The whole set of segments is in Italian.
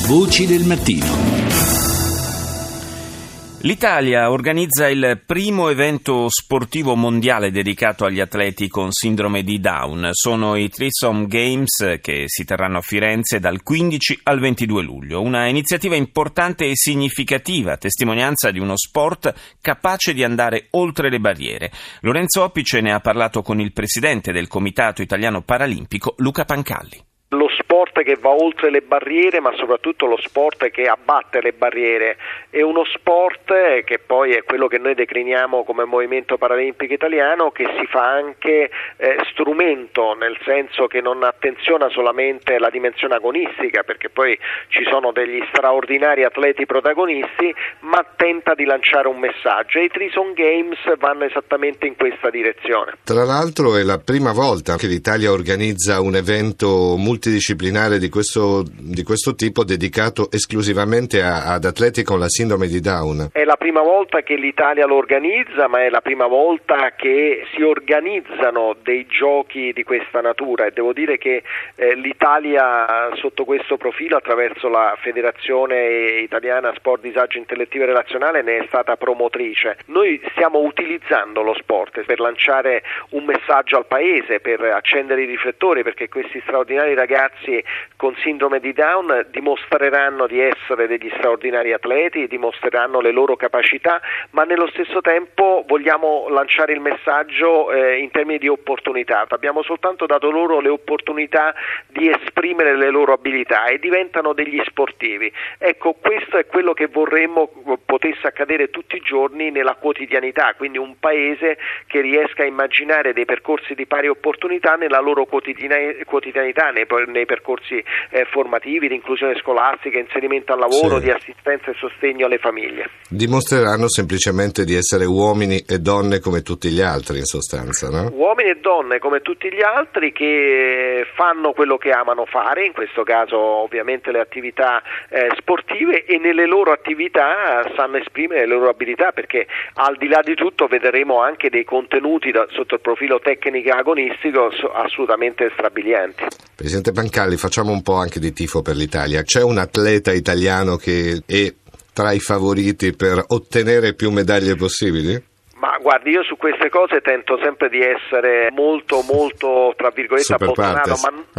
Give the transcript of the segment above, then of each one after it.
Voci del mattino. L'Italia organizza il primo evento sportivo mondiale dedicato agli atleti con sindrome di Down. Sono i Trisom Games che si terranno a Firenze dal 15 al 22 luglio. Una iniziativa importante e significativa, testimonianza di uno sport capace di andare oltre le barriere. Lorenzo Oppice ne ha parlato con il presidente del Comitato Italiano Paralimpico, Luca Pancalli. Lo sport che va oltre le barriere, ma soprattutto lo sport che abbatte le barriere, è uno sport che poi è quello che noi decliniamo come Movimento Paralimpico Italiano, che si fa anche strumento, nel senso che non attenziona solamente la dimensione agonistica, perché poi ci sono degli straordinari atleti protagonisti, ma tenta di lanciare un messaggio, e i Trisom Games vanno esattamente in questa direzione. Tra l'altro è la prima volta che l'Italia organizza un evento multidisciplinare di questo tipo, dedicato esclusivamente ad atleti con la sindrome di Down. È la prima volta che l'Italia lo organizza, ma è la prima volta che si organizzano dei giochi di questa natura, e devo dire che l'Italia sotto questo profilo, attraverso la Federazione Italiana Sport Disagio Intellettivo e Relazionale, ne è stata promotrice. Noi stiamo utilizzando lo sport per lanciare un messaggio al Paese, per accendere i riflettori, perché questi straordinari ragazzi con sindrome di Down dimostreranno di essere degli straordinari atleti, dimostreranno le loro capacità, ma nello stesso tempo vogliamo lanciare il messaggio in termini di opportunità. Abbiamo soltanto dato loro le opportunità di esprimere le loro abilità e diventano degli sportivi. Ecco, questo è quello che vorremmo potesse accadere tutti i giorni nella quotidianità, quindi un paese che riesca a immaginare dei percorsi di pari opportunità nella loro quotidianità, nei percorsi formativi, di inclusione scolastica, inserimento al lavoro, sì, di assistenza e sostegno alle famiglie. Dimostreranno semplicemente di essere uomini e donne come tutti gli altri, in sostanza, no? Uomini e donne come tutti gli altri, che fanno quello che amano fare, in questo caso ovviamente le attività sportive, e nelle loro attività sanno esprimere le loro abilità, perché al di là di tutto vedremo anche dei contenuti sotto il profilo tecnico e agonistico assolutamente strabilianti. Presidente Pancalli, facciamo un po' anche di tifo per l'Italia. C'è un atleta italiano che è tra i favoriti per ottenere più medaglie possibili? Ma guardi, io su queste cose tento sempre di essere molto tra virgolette abbottonato,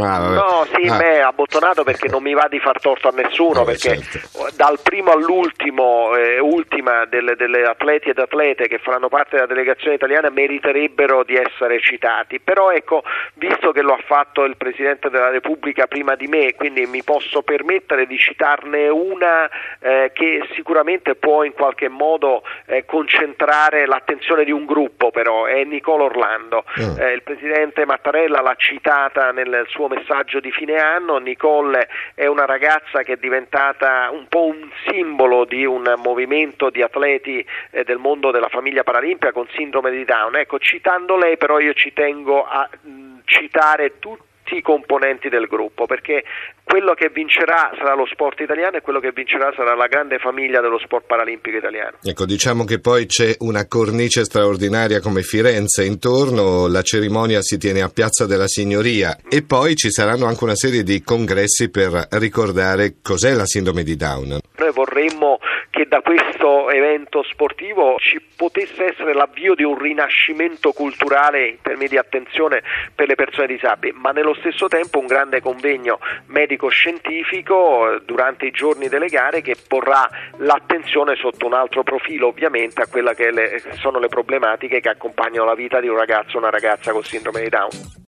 abbottonato, perché non mi va di far torto a nessuno, perché certo, dal primo all'ultimo ultima delle atleti ed atlete che faranno parte della delegazione italiana meriterebbero di essere citati, però ecco, visto che lo ha fatto il Presidente della Repubblica prima di me, quindi mi posso permettere di citarne una che sicuramente può in qualche modo concentrare l'attenzione di un gruppo, però è Nicola Orlando. Il Presidente Mattarella l'ha citata nel suo messaggio di fine anno. Nicole è una ragazza che è diventata un po' un simbolo di un movimento di atleti del mondo della famiglia paralimpica con sindrome di Down. Ecco, citando lei però io ci tengo a citare tutti i componenti del gruppo, perché quello che vincerà sarà lo sport italiano e quello che vincerà sarà la grande famiglia dello sport paralimpico italiano. Ecco, diciamo che poi c'è una cornice straordinaria come Firenze intorno, la cerimonia si tiene a Piazza della Signoria e poi ci saranno anche una serie di congressi per ricordare cos'è la sindrome di Down. Noi vorremmo che da questo evento sportivo ci potesse essere l'avvio di un rinascimento culturale in termini di attenzione per le persone disabili, ma nello stesso tempo un grande convegno medico-scientifico durante i giorni delle gare che porrà l'attenzione sotto un altro profilo, ovviamente, a quella che sono le problematiche che accompagnano la vita di un ragazzo o una ragazza con sindrome di Down.